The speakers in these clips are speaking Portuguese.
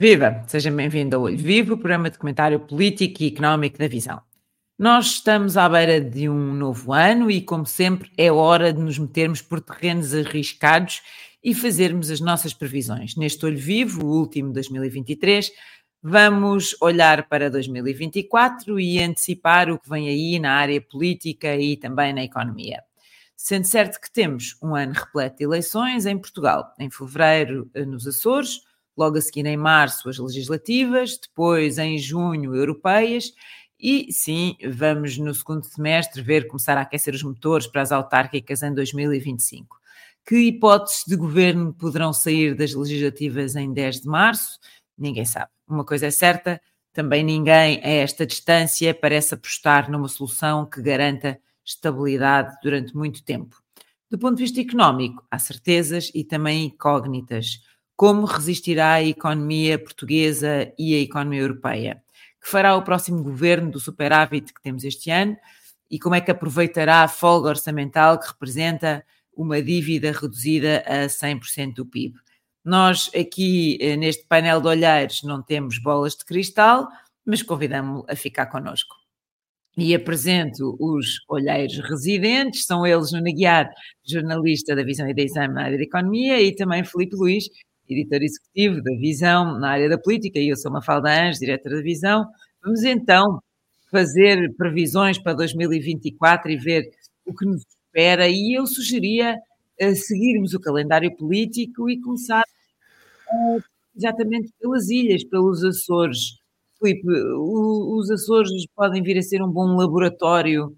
Viva! Seja bem-vindo ao Olho Vivo, o programa de comentário político e económico da Visão. Nós estamos à beira de um novo ano e, como sempre, é hora de nos metermos por terrenos arriscados e fazermos as nossas previsões. Neste Olho Vivo, o último de 2023, vamos olhar para 2024 e antecipar o que vem aí na área política e também na economia. Sendo certo que temos um ano repleto de eleições em Portugal, em fevereiro nos Açores, logo a seguir em março as legislativas, depois em junho europeias e sim, vamos no segundo semestre ver começar a aquecer os motores para as autárquicas em 2025. Que hipóteses de governo poderão sair das legislativas em 10 de março? Ninguém sabe. Uma coisa é certa, também ninguém a esta distância parece apostar numa solução que garanta estabilidade durante muito tempo. Do ponto de vista económico, há certezas e também incógnitas. Como resistirá a economia portuguesa e a economia europeia? Que fará o próximo governo do superávit que temos este ano? E como é que aproveitará a folga orçamental que representa uma dívida reduzida a 100% do PIB? Nós aqui neste painel de olheiros não temos bolas de cristal, mas convidamos-lo a ficar connosco. E apresento os olheiros residentes, são eles Nuno Aguiar, jornalista da Visão e da Exame na área da Economia, e também Filipe Luís, editor executivo da Visão na área da Política, e eu sou Mafalda Anjos, diretora da Visão. Vamos então fazer previsões para 2024 e ver o que nos espera, e eu sugeria seguirmos o calendário político e começar exatamente pelas ilhas, pelos Açores. Filipe, os Açores podem vir a ser um bom laboratório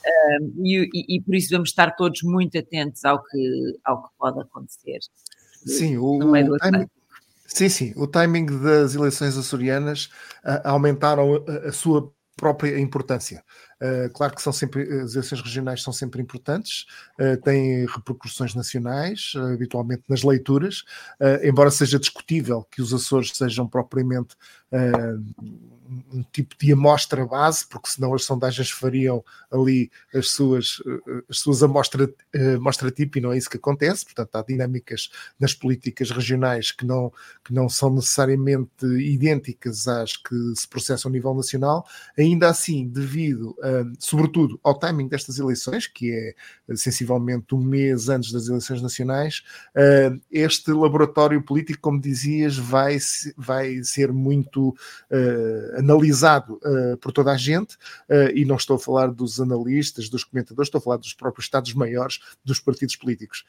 e por isso vamos estar todos muito atentos ao que pode acontecer. Sim, no meio do Atlântico. o timing das eleições açorianas aumentaram a sua própria importância. Claro que as eleições regionais são sempre importantes, têm repercussões nacionais, habitualmente nas leituras, embora seja discutível que os Açores sejam propriamente um tipo de amostra base, porque senão as sondagens fariam ali as suas amostra tipo, e não é isso que acontece. Portanto, há dinâmicas nas políticas regionais que não são necessariamente idênticas às que se processam a nível nacional. Ainda assim, devido sobretudo ao timing destas eleições, que é sensivelmente um mês antes das eleições nacionais, este laboratório político, como dizias, vai ser muito analisado por toda a gente, e não estou a falar dos analistas, dos comentadores, estou a falar dos próprios Estados-maiores dos partidos políticos.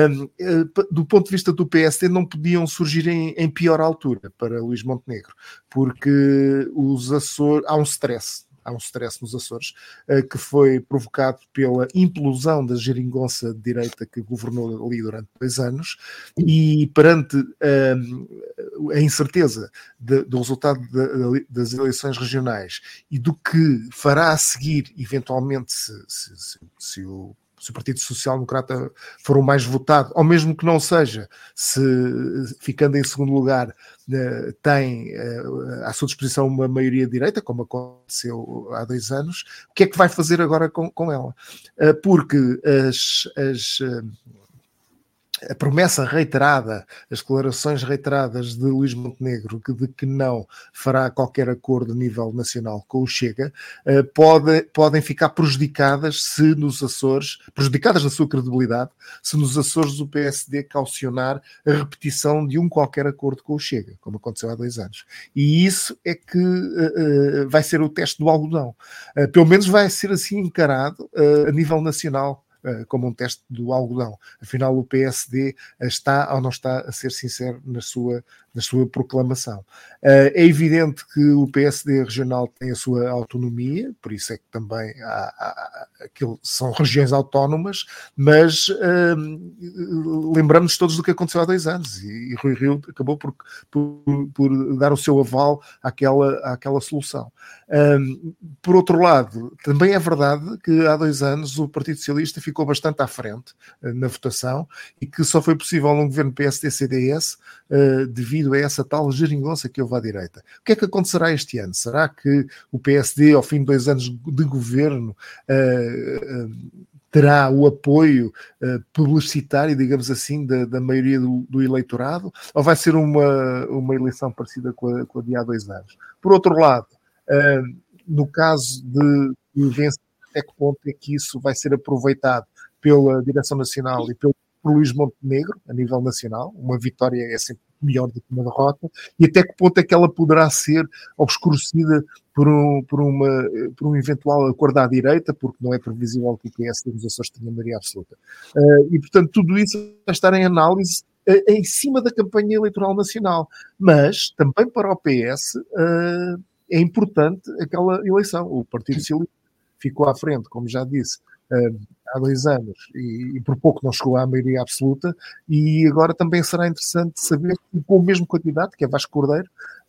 Do ponto de vista do PSD, não podiam surgir em pior altura para Luís Montenegro, porque os Açores, há um stress nos Açores, que foi provocado pela implosão da geringonça de direita que governou ali durante 2 anos, e perante a incerteza do resultado das eleições regionais e do que fará a seguir, eventualmente, se o Partido Social Democrata for o mais votado, ou mesmo que não seja, se ficando em segundo lugar tem à sua disposição uma maioria de direita, como aconteceu há 2 anos, o que é que vai fazer agora com ela? Porque a promessa reiterada, as declarações reiteradas de Luís Montenegro de que não fará qualquer acordo a nível nacional com o Chega, podem ficar prejudicadas se nos Açores, prejudicadas na sua credibilidade, se nos Açores o PSD caucionar a repetição de qualquer acordo com o Chega, como aconteceu há 2 anos. E isso é que vai ser o teste do algodão. Pelo menos vai ser assim encarado a nível nacional, como um teste do algodão. Afinal, o PSD está ou não está a ser sincero na sua proclamação. É evidente que o PSD regional tem a sua autonomia, por isso é que também aquilo são regiões autónomas, mas lembramos todos do que aconteceu há 2 anos, e Rui Rio acabou por dar o seu aval àquela solução. Por outro lado, também é verdade que há 2 anos o Partido Socialista ficou bastante à frente na votação, e que só foi possível um governo PSD-CDS devido a essa tal geringonça que houve à direita. O que é que acontecerá este ano? Será que o PSD, ao fim de 2 anos de governo, terá o apoio publicitário, digamos assim, da maioria do eleitorado, ou vai ser uma eleição parecida com a de há 2 anos? Por outro lado, no caso de vencer, até que ponto é que isso vai ser aproveitado pela Direção Nacional e por Luís Montenegro, a nível nacional? Uma vitória é sempre melhor do que uma derrota, e até que ponto é que ela poderá ser obscurecida por um eventual acordo à direita, porque não é previsível que o PS dos Açores tenha maioria absoluta. E, portanto, tudo isso vai estar em análise em cima da campanha eleitoral nacional. Mas, também para o PS, é importante aquela eleição. O Partido Socialista ficou à frente, como já disse, há 2 anos e por pouco não chegou à maioria absoluta, e agora também será interessante saber, com o mesmo candidato, que é Vasco Cordeiro,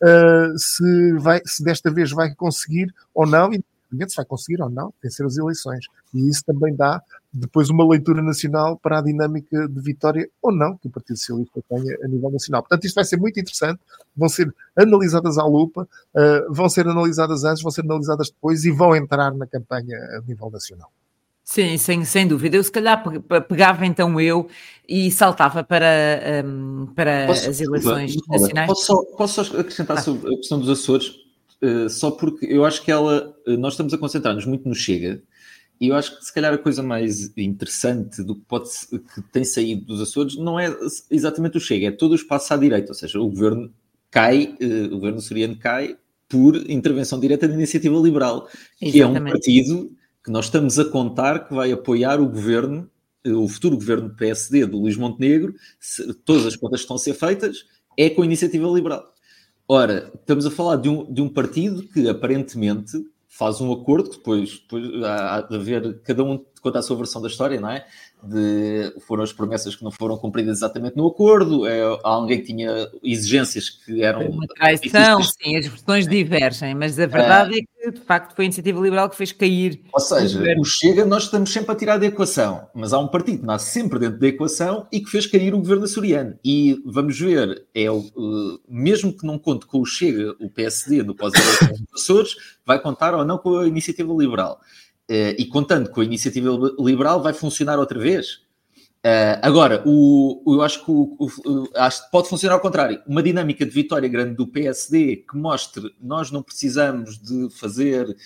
se desta vez vai conseguir ou não, independentemente se vai conseguir ou não vencer as eleições. E isso também dá depois uma leitura nacional para a dinâmica de vitória ou não que o Partido Socialista tenha a nível nacional. Portanto, isto vai ser muito interessante, vão ser analisadas à lupa, vão ser analisadas antes, vão ser analisadas depois e vão entrar na campanha a nível nacional. Sim, sem dúvida. Eu se calhar pegava então e saltava para as eleições nacionais. Posso só acrescentar sobre a questão dos Açores, só porque eu acho que nós estamos a concentrar-nos muito no Chega, e eu acho que se calhar a coisa mais interessante do que tem saído dos Açores não é exatamente o Chega, é todo o espaço à direita, ou seja, o governo cai, o governo açoriano cai por intervenção direta da Iniciativa Liberal, que é um partido que nós estamos a contar que vai apoiar o governo, o futuro governo do PSD, do Luís Montenegro, todas as contas que estão a ser feitas, é com a Iniciativa Liberal. Ora, estamos a falar de um partido que aparentemente faz um acordo, que depois há de haver, cada um conta a sua versão da história, não é? Foram as promessas que não foram cumpridas exatamente no acordo, há alguém que tinha exigências que eram... Uma traição, sim, as versões divergem, mas a verdade é que, de facto, foi a Iniciativa Liberal que fez cair... Ou seja, o Chega nós estamos sempre a tirar da equação, mas há um partido que nasce sempre dentro da equação e que fez cair o governo açoriano. E vamos ver, mesmo que não conte com o Chega, o PSD, no pós-eleição dos Açores, vai contar ou não com a Iniciativa Liberal. E contando com a Iniciativa Liberal vai funcionar outra vez. Agora, eu acho que pode funcionar ao contrário. Uma dinâmica de vitória grande do PSD que mostre nós não precisamos de fazer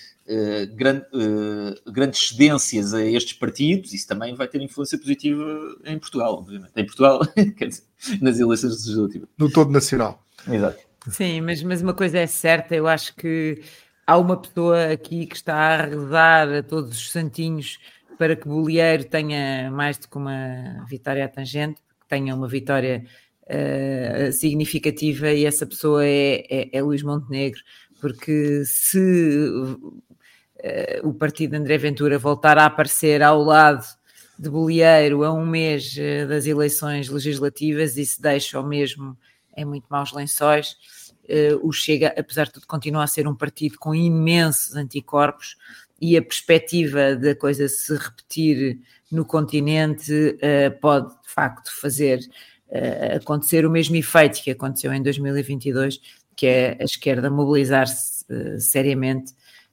grandes cedências a estes partidos. Isso também vai ter influência positiva em Portugal, obviamente. Em Portugal, quer dizer, nas eleições legislativas. No todo nacional. Exato. Sim, mas uma coisa é certa, eu acho que há uma pessoa aqui que está a rezar a todos os santinhos para que Bolieiro tenha mais do que uma vitória à tangente, que tenha uma vitória significativa, e essa pessoa é Luís Montenegro, porque se o partido de André Ventura voltar a aparecer ao lado de Bolieiro a 1 mês das eleições legislativas, isso deixa o mesmo em muito maus lençóis. O Chega, apesar de tudo, continua a ser um partido com imensos anticorpos, e a perspectiva da coisa se repetir no continente pode, de facto, fazer acontecer o mesmo efeito que aconteceu em 2022, que é a esquerda mobilizar-se seriamente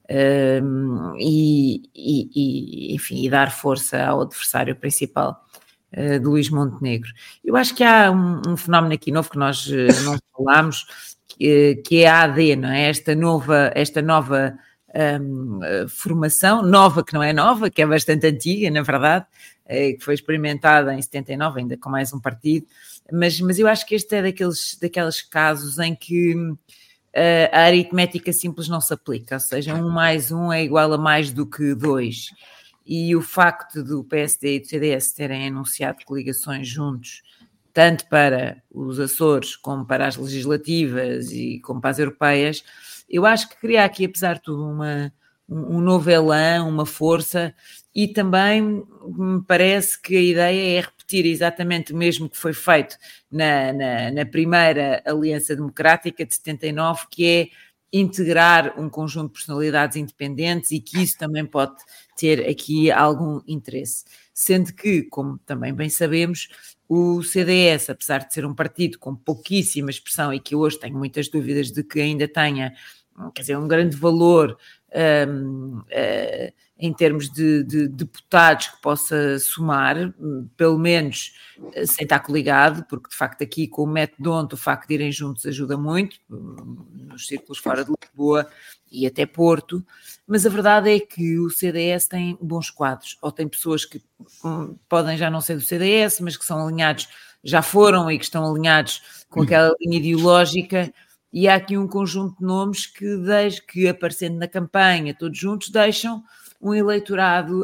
enfim, dar força ao adversário principal de Luís Montenegro. Eu acho que há um fenómeno aqui novo que nós não falámos, que é a AD, não é? Esta nova formação, nova que não é nova, que é bastante antiga, na verdade, que foi experimentada em 79, ainda com mais um partido, mas eu acho que este é daqueles casos em que a aritmética simples não se aplica, ou seja, 1 mais 1 é igual a mais do que 2, e o facto do PSD e do CDS terem anunciado coligações juntos, tanto para os Açores como para as legislativas e como para as europeias, eu acho que cria aqui, apesar de tudo, um novo elan, uma força, e também me parece que a ideia é repetir exatamente o mesmo que foi feito na primeira Aliança Democrática de 79, que é integrar um conjunto de personalidades independentes, e que isso também pode ter aqui algum interesse. Sendo que, como também bem sabemos, o CDS, apesar de ser um partido com pouquíssima expressão e que hoje tenho muitas dúvidas de que ainda tenha, quer dizer, um grande valor em termos de deputados que possa somar, pelo menos sem estar coligado, porque de facto aqui com o método o facto de irem juntos ajuda muito, nos círculos fora de Lisboa e até Porto, mas a verdade é que o CDS tem bons quadros, ou tem pessoas que podem já não ser do CDS, mas que são alinhados, já foram e que estão alinhados com aquela linha ideológica, e há aqui um conjunto de nomes que aparecendo na campanha, todos juntos, deixam um eleitorado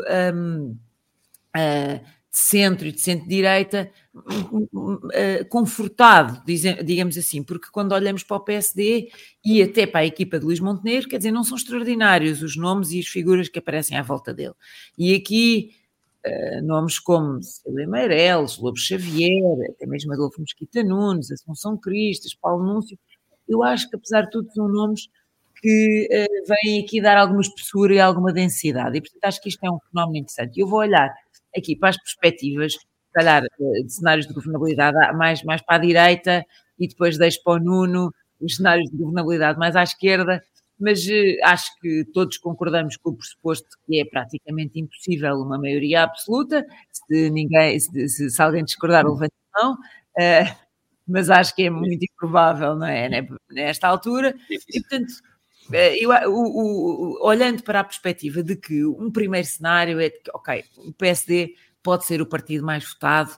de centro e de centro-direita confortado, digamos assim, porque quando olhamos para o PSD e até para a equipa de Luís Montenegro, quer dizer, não são extraordinários os nomes e as figuras que aparecem à volta dele. E aqui nomes como Célia Meireles, Lobo Xavier, até mesmo Adolfo Mesquita Nunes, Assunção Cristas, Paulo Núncio, eu acho que apesar de tudo são nomes que vêm aqui dar alguma espessura e alguma densidade, e portanto acho que isto é um fenómeno interessante. Eu vou olhar aqui para as perspectivas, se calhar de cenários de governabilidade mais para a direita, e depois deixo para o Nuno os cenários de governabilidade mais à esquerda, mas acho que todos concordamos com o pressuposto que é praticamente impossível uma maioria absoluta. Se alguém discordar, levante a mão, mas acho que é muito improvável, não é? Nesta altura. E, portanto, olhando para a perspectiva de que um primeiro cenário é que, ok, o PSD pode ser o partido mais votado,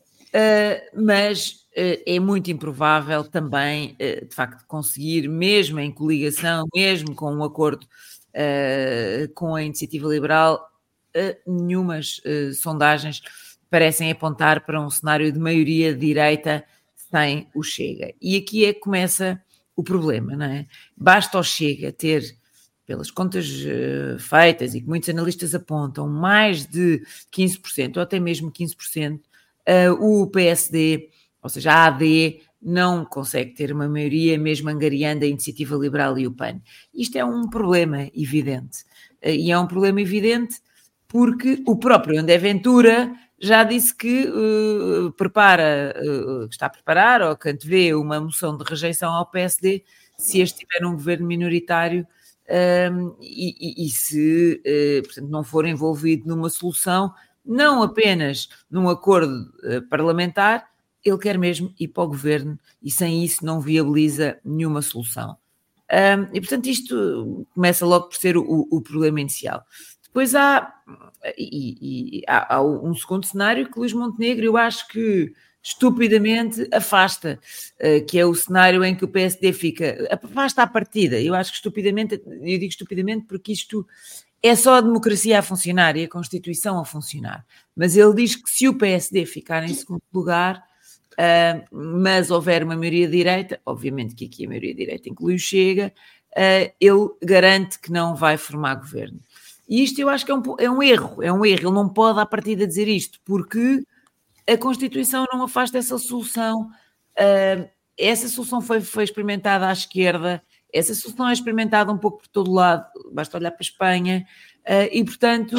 mas é muito improvável também, de facto, conseguir, mesmo em coligação, mesmo com um acordo com a Iniciativa Liberal, nenhumas sondagens parecem apontar para um cenário de maioria de direita sem o Chega. E aqui é que começa o problema, não é? Basta o Chega ter, pelas contas feitas e que muitos analistas apontam, mais de 15%, ou até mesmo 15%, o PSD, ou seja, a AD, não consegue ter uma maioria, mesmo angariando a Iniciativa Liberal e o PAN. Isto é um problema evidente. E é um problema evidente porque o próprio André Ventura já disse que está a preparar, ou que antevê uma moção de rejeição ao PSD se este tiver um governo minoritário e se, portanto, não for envolvido numa solução, não apenas num acordo parlamentar, ele quer mesmo ir para o governo e sem isso não viabiliza nenhuma solução. E, portanto, isto começa logo por ser o problema inicial. Depois há um segundo cenário que Luís Montenegro, eu acho que estupidamente afasta, que é o cenário em que o PSD afasta a partida. Eu acho que estupidamente, eu digo estupidamente porque isto é só a democracia a funcionar e a Constituição a funcionar. Mas ele diz que se o PSD ficar em segundo lugar, mas houver uma maioria de direita, obviamente que aqui a maioria de direita inclui o Chega, ele garante que não vai formar governo. E isto eu acho que é um erro, ele não pode à partida dizer isto, porque a Constituição não afasta essa solução, essa solução foi experimentada à esquerda, essa solução é experimentada um pouco por todo lado, basta olhar para a Espanha, e portanto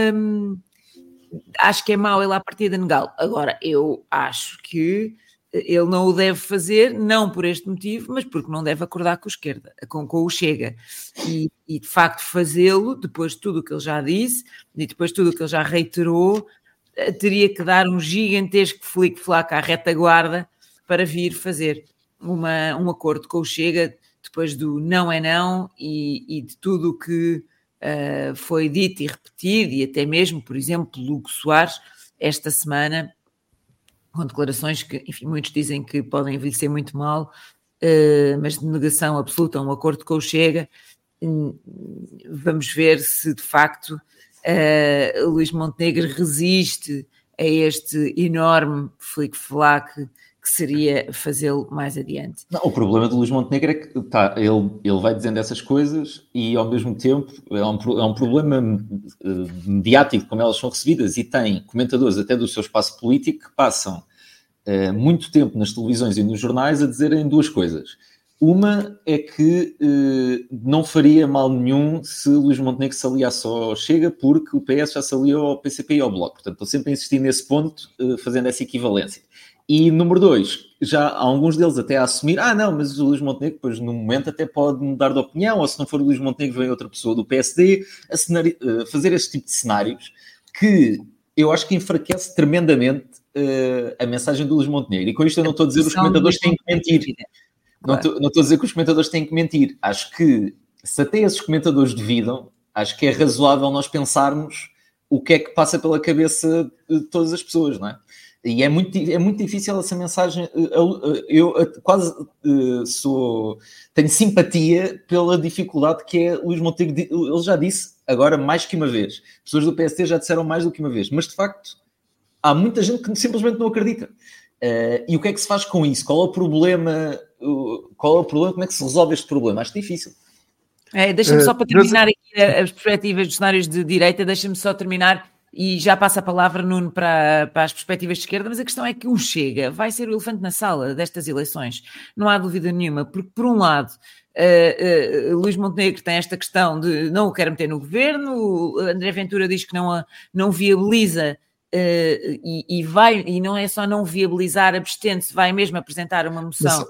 acho que é mau ele à partida negá-lo. Agora, eu acho que ele não o deve fazer, não por este motivo, mas porque não deve acordar com a esquerda, com o Chega. E de facto fazê-lo, depois de tudo o que ele já disse, e depois de tudo o que ele já reiterou, teria que dar um gigantesco flic-flac à retaguarda para vir fazer um acordo com o Chega, depois do não é não e de tudo o que foi dito e repetido, e até mesmo, por exemplo, Hugo Soares, esta semana, com declarações que, enfim, muitos dizem que podem envelhecer muito mal, mas de negação absoluta a um acordo com o Chega. Vamos ver se, de facto, Luís Montenegro resiste a este enorme flic-flac que seria fazê-lo mais adiante. Não, o problema do Luís Montenegro é que ele vai dizendo essas coisas e, ao mesmo tempo, é um problema mediático, como elas são recebidas, e tem comentadores até do seu espaço político que passam muito tempo nas televisões e nos jornais a dizerem duas coisas. Uma é que não faria mal nenhum se Luís Montenegro se aliasse ao Chega, porque o PS já se aliou ao PCP e ao Bloco. Portanto, estou sempre a insistir nesse ponto, fazendo essa equivalência. E número 2, já há alguns deles até a assumir, não, mas o Luís Montenegro, depois no momento até pode mudar de opinião, ou se não for o Luís Montenegro, vem outra pessoa do PSD, fazer este tipo de cenários que eu acho que enfraquece tremendamente a mensagem do Luís Montenegro. E com isto eu não estou a dizer que os comentadores têm que mentir. Claro. Não estou a dizer que os comentadores têm que mentir. Acho que, se até esses comentadores duvidam, acho que é razoável nós pensarmos o que é que passa pela cabeça de todas as pessoas, não é? E é muito difícil essa mensagem. Eu quase tenho simpatia pela dificuldade que é Luís Montenegro. Ele já disse, agora mais que uma vez. Pessoas do PST já disseram mais do que uma vez. Mas, de facto, há muita gente que simplesmente não acredita. E o que é que se faz com isso? Qual é o problema? Como é que se resolve este problema? Acho difícil. Deixa-me só para terminar aqui as perspectivas dos cenários de direita, deixa-me só terminar e já passa a palavra, Nuno, para as perspectivas de esquerda, mas a questão é que o Chega vai ser o elefante na sala destas eleições, não há dúvida nenhuma, porque por um lado Luís Montenegro tem esta questão de não o quer meter no governo, André Ventura diz que não viabiliza e não é só não viabilizar, abstendo-se, vai mesmo apresentar uma moção.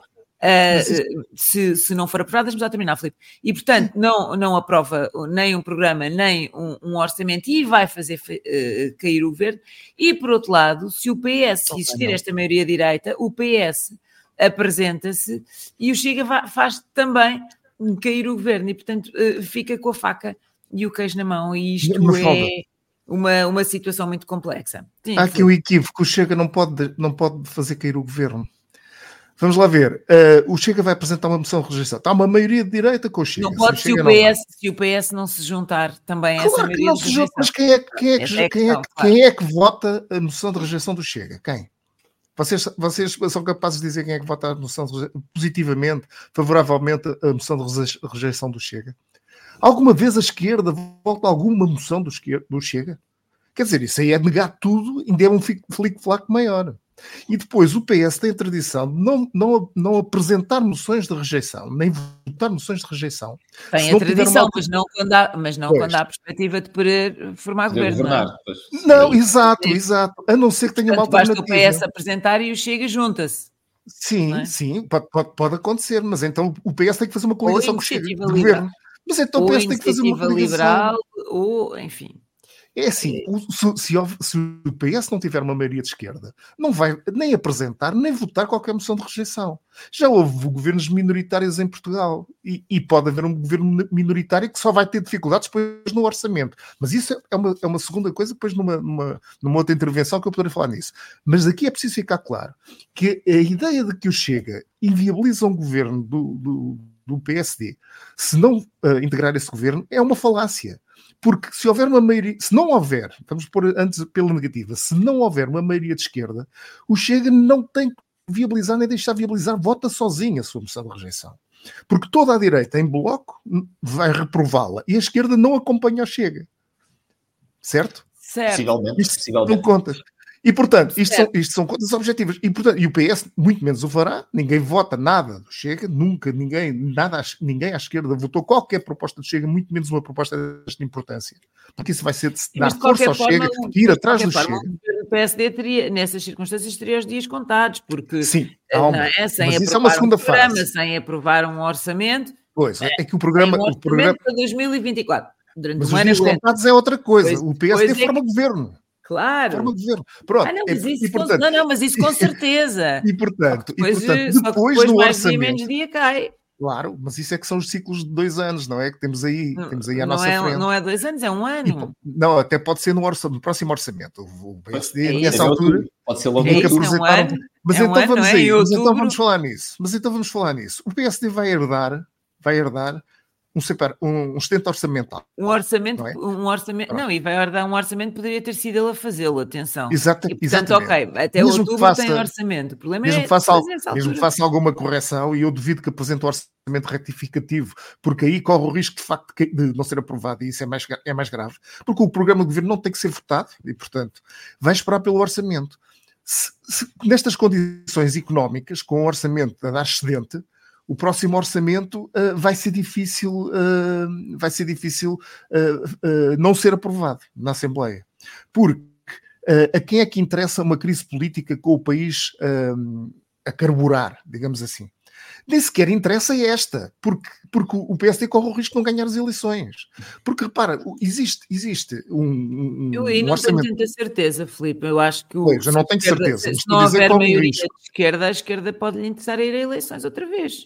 Se não for aprovado, deixa-me só terminar, Filipe. E, portanto, não aprova nem um programa, nem um orçamento e vai fazer cair o governo. E, por outro lado, se o PS, se existir esta maioria direita, o PS apresenta-se e o Chega faz também cair o governo. E, portanto, fica com a faca e o queijo na mão. E isto é uma situação muito complexa. Sim, há aqui um equívoco. O Chega não pode fazer cair o governo. Vamos lá ver. O Chega vai apresentar uma moção de rejeição. Está uma maioria de direita com o Chega. Não pode se o PS não se juntar também a essa maioria de rejeição. Mas quem é que vota a moção de rejeição do Chega? Quem? Vocês são capazes de dizer quem é que vota a moção positivamente, favoravelmente a moção de rejeição do Chega? Alguma vez a esquerda vota alguma moção do Chega? Quer dizer, isso aí é negar tudo, ainda é um flic-flac maior. E depois o PS tem a tradição de não apresentar moções de rejeição, nem votar moções de rejeição. Tem a tradição, mas não quando há a perspectiva de poder formar governo. Não, exato. A não ser que tenha uma alternativa. Basta o PS apresentar e o Chega junta-se. Sim, pode acontecer, mas então o PS tem que fazer uma coligação com o Chega, de governo. Mas então o PS tem que fazer uma coligação. Liberal, ou enfim... É assim, se o PS não tiver uma maioria de esquerda, não vai nem apresentar, nem votar qualquer moção de rejeição. Já houve governos minoritários em Portugal e pode haver um governo minoritário que só vai ter dificuldades depois no orçamento. Mas isso é uma segunda coisa, depois numa outra intervenção que eu poderia falar nisso. Mas aqui é preciso ficar claro que a ideia de que o Chega inviabiliza um governo do PSD se não integrar esse governo é uma falácia. Porque se houver uma maioria, se não houver, vamos pôr antes pela negativa, se não houver uma maioria de esquerda, o Chega não tem que viabilizar nem deixar viabilizar, vota sozinha a sua moção de rejeição. Porque toda a direita em bloco vai reprová-la e a esquerda não acompanha o Chega. Certo? Possivelmente. Não contas. E, portanto, isto são contas objetivas. E o PS muito menos o fará. Ninguém vota nada do Chega. Nunca ninguém à esquerda votou qualquer proposta do Chega, muito menos uma proposta desta importância. Porque isso vai ser dar força ao Chega e ir atrás do Chega. O PSD teria, nessas circunstâncias, teria os dias contados. Porque sim, sem mas isso é uma segunda fase. Sem aprovar um orçamento... Pois, é que o programa... para 2024. Mas os dias contados é outra coisa. O PSD forma governo. Claro. Forma de governo. Pronto. Mas isso com certeza. E portanto depois no orçamento... menos dia cai. Claro, mas isso é que são os ciclos de 2 anos, não é? Que temos aí à nossa frente. Não é 2 anos, é 1 ano. Não, até pode ser no próximo orçamento. O PSD, nessa altura... Pode ser logo nunca apresentaram... Mas então vamos aí. Então vamos falar nisso. O PSD vai herdar um excedente orçamental. Um orçamento. Não, e vai herdar um orçamento, poderia ter sido ele a fazê-lo, atenção. Exatamente. Ok, até mesmo outubro tem orçamento. O problema mesmo que faça alguma correção, e eu duvido que apresente o orçamento retificativo, porque aí corre o risco de facto de não ser aprovado, e isso é mais grave, porque o programa de governo não tem que ser votado, e portanto vai esperar pelo orçamento. Nestas condições económicas, com o orçamento a dar excedente, o próximo orçamento vai ser difícil não ser aprovado na Assembleia. Porque a quem é que interessa uma crise política com o país a carburar, digamos assim? Nem sequer interessa esta, porque o PSD corre o risco de não ganhar as eleições. Porque, repara, existe Eu aí não orçamento... tenho tanta certeza, Filipe. Eu acho que Pois, eu não tenho certeza. Se não houver maioria de esquerda, a esquerda pode lhe interessar ir a eleições outra vez.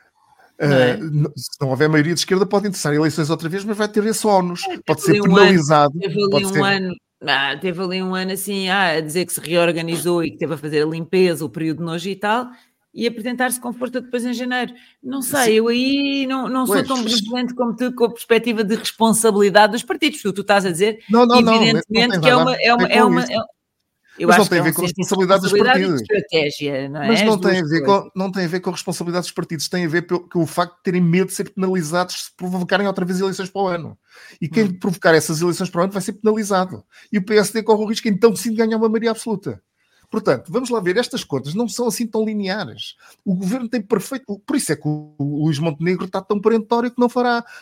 Se não houver maioria de esquerda, pode interessar eleições outra vez, mas vai ter esse ónus. Pode ser penalizado. Teve ali um ano assim, a dizer que se reorganizou e que teve a fazer a limpeza, o período de nojo e tal, e apresentar-se com força depois em janeiro. Não sei, sim. Eu aí não sou tão benevolente como tu, com a perspectiva de responsabilidade dos partidos. Tu estás a dizer, evidentemente, que é uma eu mas acho não tem a ver com a responsabilidade dos partidos. Estratégia, não é? Mas não tem a ver com a responsabilidade dos partidos, tem a ver com o facto de terem medo de ser penalizados se provocarem outra vez eleições para o ano. E quem provocar essas eleições para o ano vai ser penalizado. E o PSD corre o risco então sim de ganhar uma maioria absoluta. Portanto, vamos lá ver, estas contas não são assim tão lineares. O governo tem perfeito... Por isso é que o Luís Montenegro está tão perentório que não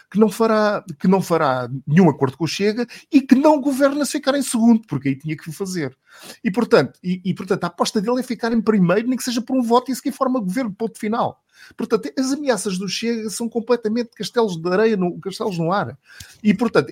fará nenhum acordo com o Chega e que não governa se ficar em segundo, porque aí tinha que o fazer. E portanto, a aposta dele é ficar em primeiro, nem que seja por um voto e seguir forma governo, ponto final. Portanto, as ameaças do Chega são completamente castelos de areia, castelos no ar. E, portanto,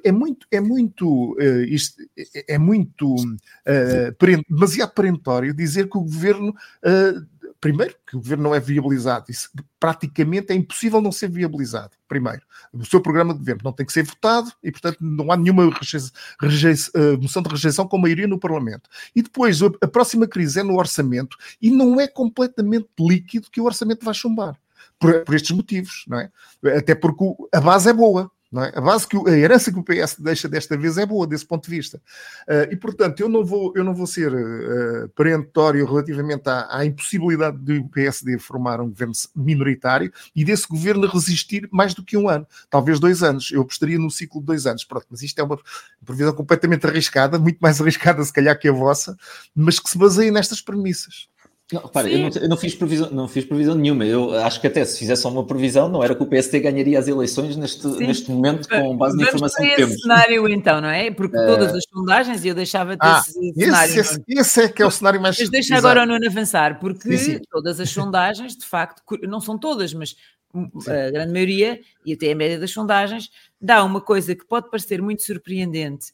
demasiado perentório dizer que o governo... primeiro, que o governo não é viabilizado. Isso praticamente é impossível não ser viabilizado. Primeiro, o seu programa de governo não tem que ser votado e, portanto, não há nenhuma moção de rejeição com maioria no Parlamento. E depois, a próxima crise é no orçamento e não é completamente líquido que o orçamento vai chumbar. Por estes motivos, não é? Até porque a base é boa. Não é? A herança que o PS deixa desta vez é boa, desse ponto de vista. E, portanto, eu não vou ser perentório relativamente à impossibilidade do PSD formar um governo minoritário e desse governo resistir mais do que um ano, talvez 2 anos. Eu apostaria no ciclo de 2 anos. Pronto, mas isto é uma previsão completamente arriscada, muito mais arriscada, se calhar, que a vossa, mas que se baseia nestas premissas. Não, repara, eu não fiz previsão nenhuma. Eu acho que até se fizesse só uma previsão, não era que o PSD ganharia as eleições neste momento com base na informação que temos. Esse cenário então, não é? Porque todas as sondagens, e eu deixava esse cenário. Esse é que é o cenário mais... Mas deixa agora o Nuno avançar, porque todas as sondagens, de facto, não são todas, mas a grande maioria, e até a média das sondagens, dá uma coisa que pode parecer muito surpreendente,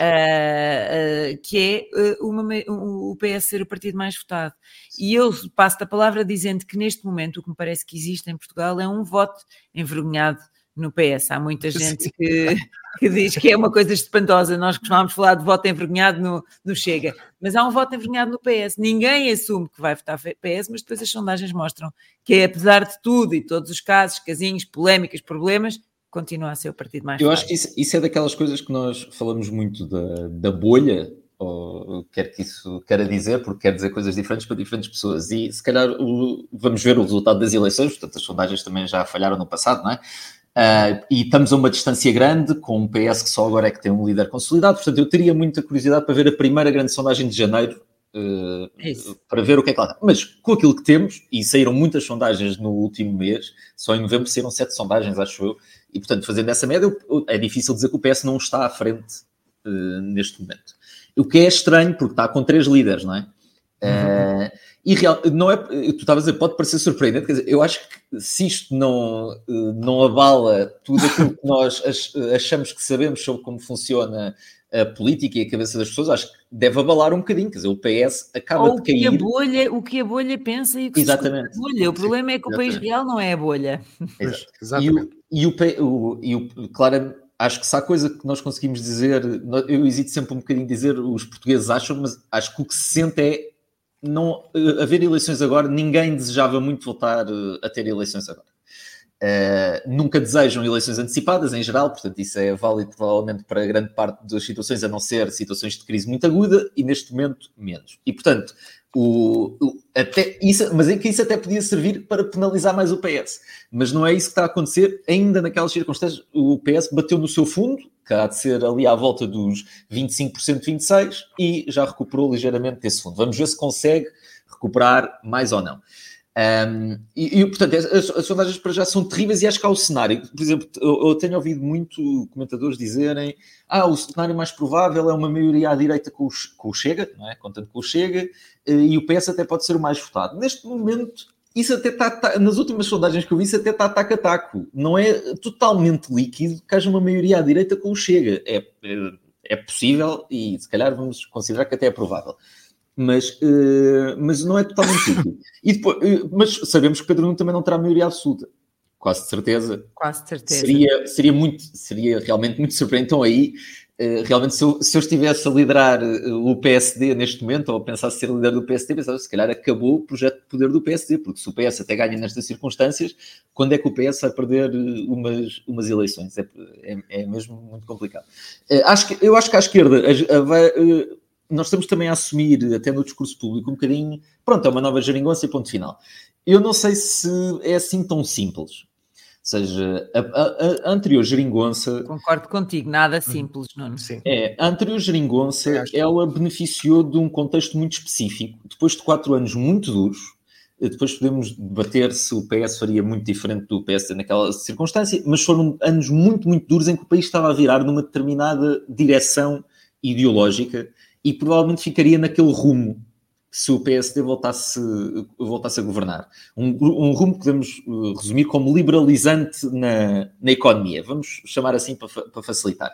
que é o PS ser o partido mais votado. E eu passo-te a palavra dizendo que neste momento o que me parece que existe em Portugal é um voto envergonhado no PS. Há muita gente que diz que é uma coisa espantosa. Nós costumamos falar de voto envergonhado no Chega, mas há um voto envergonhado no PS. Ninguém assume que vai votar PS, mas depois as sondagens mostram que, apesar de tudo e todos os casos, casinhos, polémicas, problemas, continua a ser o partido mais forte. Eu acho que isso é daquelas coisas que nós falamos muito da bolha, ou quer que isso queira dizer, porque quer dizer coisas diferentes para diferentes pessoas. E se calhar vamos ver o resultado das eleições, portanto as sondagens também já falharam no passado, não é? E estamos a uma distância grande, com um PS que só agora é que tem um líder consolidado, portanto eu teria muita curiosidade para ver a primeira grande sondagem de janeiro, para ver o que é que lá está. Mas com aquilo que temos, e saíram muitas sondagens no último mês, só em novembro saíram 7 sondagens, acho eu, e portanto fazendo essa média é difícil dizer que o PS não está à frente neste momento. O que é estranho, porque está com 3 líderes, não é? E não é, tu estavas a dizer, pode parecer surpreendente, quer dizer, eu acho que se isto não abala tudo aquilo que nós achamos que sabemos sobre como funciona a política e a cabeça das pessoas, acho que deve abalar um bocadinho, quer dizer, o PS acaba de cair. O que a bolha pensa e o que exatamente. Se a bolha. O problema é que o país real não é a bolha. Exatamente. Claro, acho que se há coisa que nós conseguimos dizer, eu hesito sempre um bocadinho dizer os portugueses acham, mas acho que o que se sente é não haver eleições agora, ninguém desejava muito voltar a ter eleições agora. Nunca desejam eleições antecipadas em geral, portanto isso é válido provavelmente para grande parte das situações, a não ser situações de crise muito aguda, e neste momento menos. E portanto, mas é que isso até podia servir para penalizar mais o PS. Mas não é isso que está a acontecer. Ainda naquelas circunstâncias, o PS bateu no seu fundo, que há de ser ali à volta dos 25%, 26%, e já recuperou ligeiramente desse fundo. Vamos ver se consegue recuperar mais ou não. Portanto, as sondagens para já são terríveis e acho que há o cenário. Por exemplo, eu tenho ouvido muito comentadores dizerem o cenário mais provável é uma maioria à direita com o Chega, não é? Contando com o Chega, e o PS até pode ser o mais votado. Neste momento, isso até está, nas últimas sondagens que eu vi, isso até está taco a taco. Não é totalmente líquido que haja uma maioria à direita com o Chega. É possível e se calhar vamos considerar que até é provável. Mas não é totalmente líquido. E depois, mas sabemos que Pedro Nuno também não terá maioria absoluta. Quase de certeza. Quase de certeza. Seria realmente muito surpreendente. Então aí, realmente, se eu estivesse a liderar o PSD neste momento, ou pensasse ser líder do PSD, pensava se calhar acabou o projeto de poder do PSD, porque se o PS até ganha nestas circunstâncias, quando é que o PS vai perder umas eleições? É mesmo muito complicado. Eu acho que à esquerda nós estamos também a assumir, até no discurso público, um bocadinho, pronto, é uma nova geringonça e ponto final. Eu não sei se é assim tão simples. Ou seja, a anterior geringonça... Concordo contigo, nada simples, Nuno. Sim. A anterior geringonça, ela beneficiou de um contexto muito específico. Depois de 4 anos muito duros, depois podemos debater se o PS faria muito diferente do PSD naquela circunstância, mas foram anos muito, muito duros em que o país estava a virar numa determinada direção ideológica e provavelmente ficaria naquele rumo se o PSD voltasse a governar. Um rumo que podemos resumir como liberalizante na economia. Vamos chamar assim para facilitar.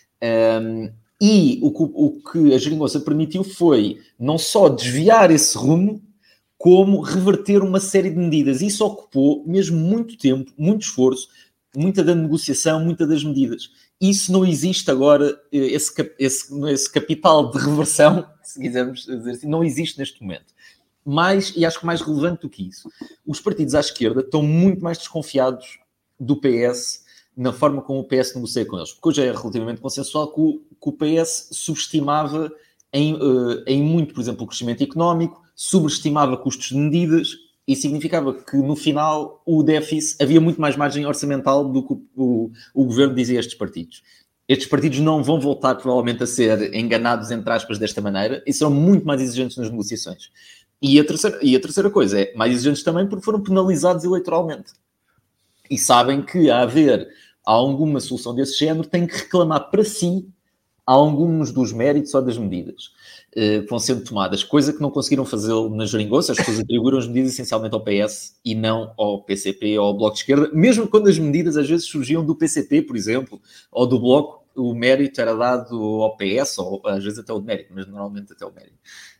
E o que a geringonça permitiu foi não só desviar esse rumo, como reverter uma série de medidas. Isso ocupou mesmo muito tempo, muito esforço, muita da negociação, muita das medidas. Isso não existe agora, esse capital de reversão, se quisermos dizer assim, não existe neste momento. E acho que mais relevante do que isso, os partidos à esquerda estão muito mais desconfiados do PS na forma como o PS negocia com eles, porque hoje é relativamente consensual que o PS subestimava em muito, por exemplo, o crescimento económico, sobreestimava custos de medidas, e significava que, no final, o déficit, havia muito mais margem orçamental do que o governo dizia a estes partidos. Estes partidos não vão voltar, provavelmente, a ser enganados, entre aspas, desta maneira, e serão muito mais exigentes nas negociações. E a terceira coisa é mais exigentes também porque foram penalizados eleitoralmente. E sabem que, a haver alguma solução desse género, têm que reclamar para si alguns dos méritos ou das medidas que vão sendo tomadas, coisa que não conseguiram fazer na geringonça. As pessoas atribuíram as medidas essencialmente ao PS e não ao PCP ou ao Bloco de Esquerda, mesmo quando as medidas às vezes surgiam do PCP, por exemplo, ou do Bloco, o mérito era dado ao PS, ou às vezes até o mérito, mas normalmente até o mérito.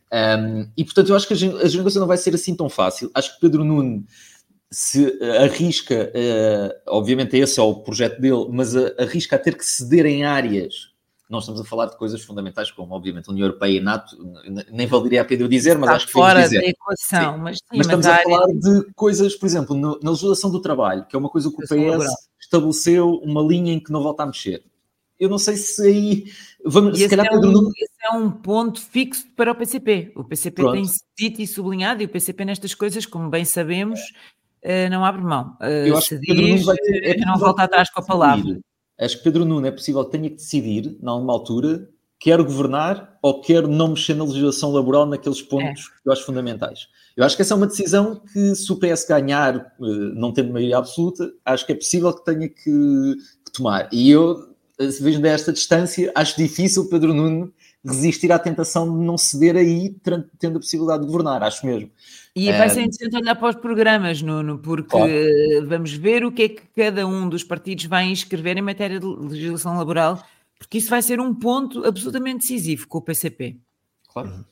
E portanto eu acho que a geringonça não vai ser assim tão fácil. Acho que Pedro Nuno se arrisca, obviamente esse é o projeto dele, mas arrisca a ter que ceder em áreas. Nós estamos a falar de coisas fundamentais, como obviamente a União Europeia e a NATO, nem valeria a pena eu dizer, mas acho que fora dizer. Da equação. Mas estamos a falar de coisas, por exemplo, na legislação do trabalho, que é uma coisa que o PS estabeleceu uma linha em que não volta a mexer. Eu não sei se aí... se calhar esse é um ponto fixo para o PCP. O PCP tem dito e sublinhado, e o PCP nestas coisas, como bem sabemos, não abre mão. Eu acho que Pedro Nuno não volta atrás com a palavra. Acho que Pedro Nuno é possível que tenha que decidir, em alguma altura, quer governar ou quer não mexer na legislação laboral naqueles pontos que eu acho fundamentais. Eu acho que essa é uma decisão que, se o PS ganhar, não tendo maioria absoluta, acho que é possível que tenha que tomar. E eu, se vejo desta distância, acho difícil Pedro Nuno resistir à tentação de não ceder aí, tendo a possibilidade de governar, acho mesmo. E vai ser interessante olhar para os programas, Nuno, porque vamos ver o que é que cada um dos partidos vai inscrever em matéria de legislação laboral, porque isso vai ser um ponto absolutamente decisivo com o PCP. Claro.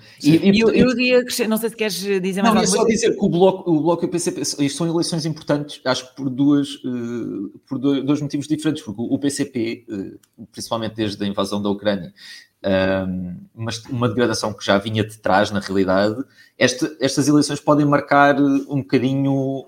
Eu diria, não sei se queres dizer mais alguma coisa. Não, é só dizer que o Bloco e o PCP, isto são eleições importantes, acho que por dois motivos diferentes, porque o PCP, principalmente desde a invasão da Ucrânia, mas uma degradação que já vinha de trás, na realidade, estas eleições podem marcar um bocadinho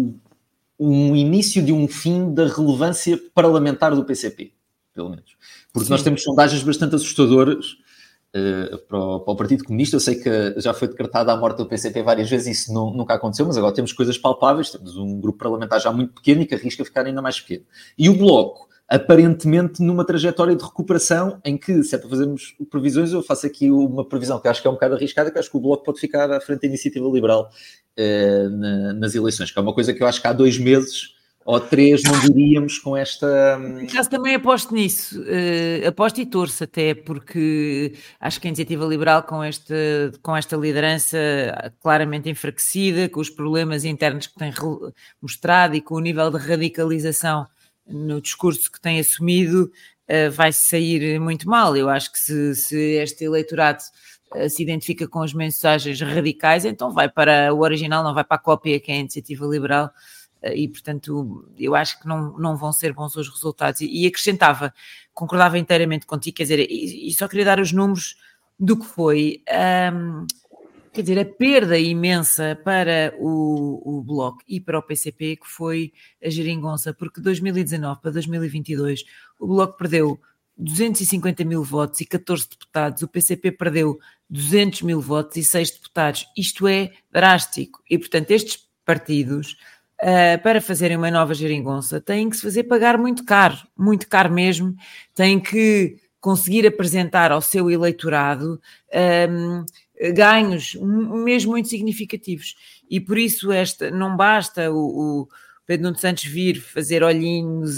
um início de um fim da relevância parlamentar do PCP, pelo menos. Porque nós temos sondagens bastante assustadoras para o Partido Comunista. Eu sei que já foi decretada a morte do PCP várias vezes, isso nunca aconteceu, mas agora temos coisas palpáveis, temos um grupo parlamentar já muito pequeno e que arrisca ficar ainda mais pequeno. E o Bloco, aparentemente numa trajetória de recuperação em que, se é para fazermos previsões, eu faço aqui uma previsão que acho que é um bocado arriscada, que acho que o Bloco pode ficar à frente da Iniciativa Liberal nas eleições, que é uma coisa que eu acho que há 2 meses ou 3 não diríamos com esta... Eu também aposto nisso, aposto e torço até, porque acho que a Iniciativa Liberal com esta liderança claramente enfraquecida, com os problemas internos que tem mostrado e com o nível de radicalização no discurso que tem assumido, vai sair muito mal. Eu acho que se este eleitorado se identifica com as mensagens radicais, então vai para o original, não vai para a cópia que é a Iniciativa Liberal, e portanto eu acho que não vão ser bons os resultados. E acrescentava, concordava inteiramente contigo, quer dizer, e só queria dar os números do que foi... quer dizer, a perda imensa para o Bloco e para o PCP, que foi a geringonça, porque de 2019 para 2022 o Bloco perdeu 250 mil votos e 14 deputados, o PCP perdeu 200 mil votos e 6 deputados. Isto é drástico. E, portanto, estes partidos, para fazerem uma nova geringonça, têm que se fazer pagar muito caro mesmo, têm que conseguir apresentar ao seu eleitorado ganhos mesmo muito significativos, e por isso não basta o Pedro Nuno Santos vir fazer olhinhos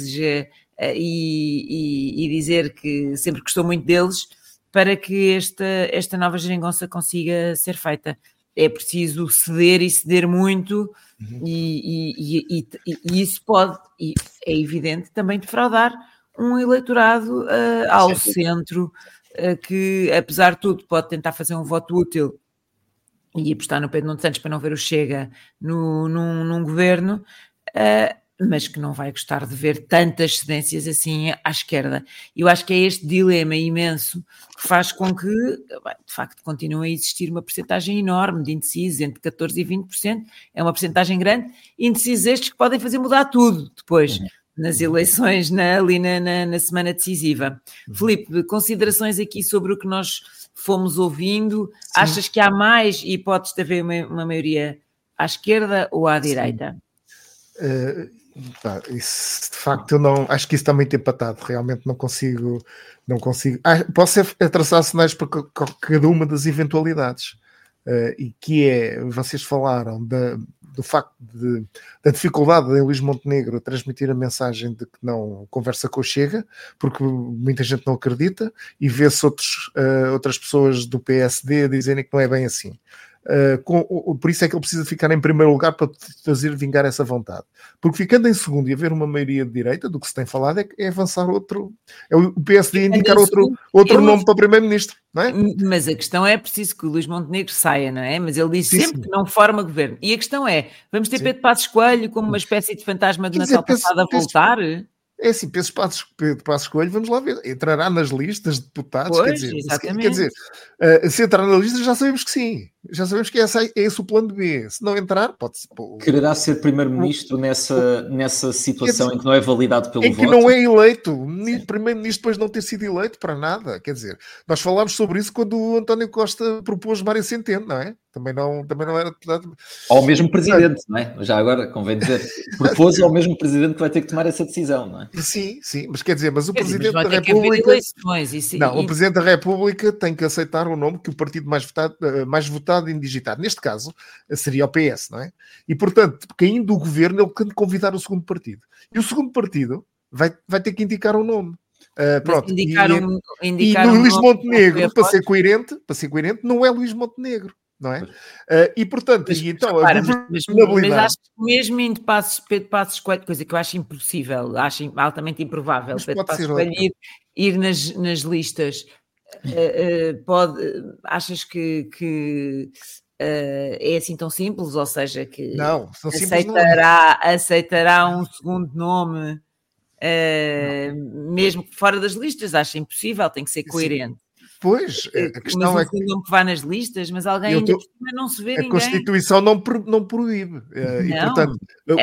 e dizer que sempre gostou muito deles para que esta nova geringonça consiga ser feita. É preciso ceder e ceder muito, e isso pode, e é evidente, também defraudar um eleitorado ao centro, que apesar de tudo pode tentar fazer um voto útil e apostar no Pedro Nuno Santos para não ver o Chega num governo, mas que não vai gostar de ver tantas cedências assim à esquerda. Eu acho que é este dilema imenso que faz com que, de facto, continue a existir uma percentagem enorme de indecisos, entre 14% e 20%, é uma percentagem grande, indecisos estes que podem fazer mudar tudo depois, nas eleições, ali na semana decisiva. Filipe, considerações aqui sobre o que nós fomos ouvindo? Sim. Achas que há mais hipóteses de haver uma maioria à esquerda ou à direita? Isso, de facto, eu não acho que isso está muito empatado. Realmente não consigo. Posso traçar cenários para cada uma das eventualidades, e que é, vocês falaram do facto da dificuldade em Luís Montenegro transmitir a mensagem de que não conversa com o Chega, porque muita gente não acredita, e vê-se outras pessoas do PSD dizerem que não é bem assim. Por isso é que ele precisa ficar em primeiro lugar para fazer vingar essa vontade, porque ficando em segundo e haver uma maioria de direita, do que se tem falado é avançar é o PSD indicar outro nome para primeiro-ministro, não é? Mas a questão é preciso que o Luís Montenegro saia, não é? Mas ele diz sempre que não forma governo, e a questão é, vamos ter Pedro Passos Coelho como uma espécie de fantasma do Natal passado a voltar? É assim, Pedro Passos Coelho, vamos lá ver, entrará nas listas de deputados, pois, quer dizer, se entrar na lista já sabemos que sim, já sabemos que é esse o plano B. Se não entrar, pode-se... Quererá ser primeiro-ministro nessa situação em que não é validado pelo voto? Em que não é eleito, primeiro-ministro depois de não ter sido eleito para nada, quer dizer, nós falámos sobre isso quando o António Costa propôs Mário Centeno, não é? Também não era deputado. Ao mesmo presidente, não é? Já agora convém dizer, propôs ao mesmo presidente que vai ter que tomar essa decisão, não é? Sim, mas quer dizer, mas o Presidente da República... o Presidente da República tem que aceitar o nome que o partido mais votado e indigitado, neste caso, seria o PS, não é? E, portanto, caindo do governo, ele tem que convidar o segundo partido. E o segundo partido vai ter que indicar um nome. Pronto. E no Luís Montenegro, para ser coerente, não é Luís Montenegro. Não é? E portanto, mas acho que mesmo em Pedro Passos Coelho, coisa que eu acho impossível, acho altamente improvável, Pedro Passos Coelho ir nas listas, achas que é assim tão simples? Ou seja, que não, aceitará um segundo nome, mesmo fora das listas? Acho impossível, tem que ser coerente. Pois, a questão é que não vai nas listas, mas alguém ainda não se vê ninguém. A Constituição não proíbe. E, portanto,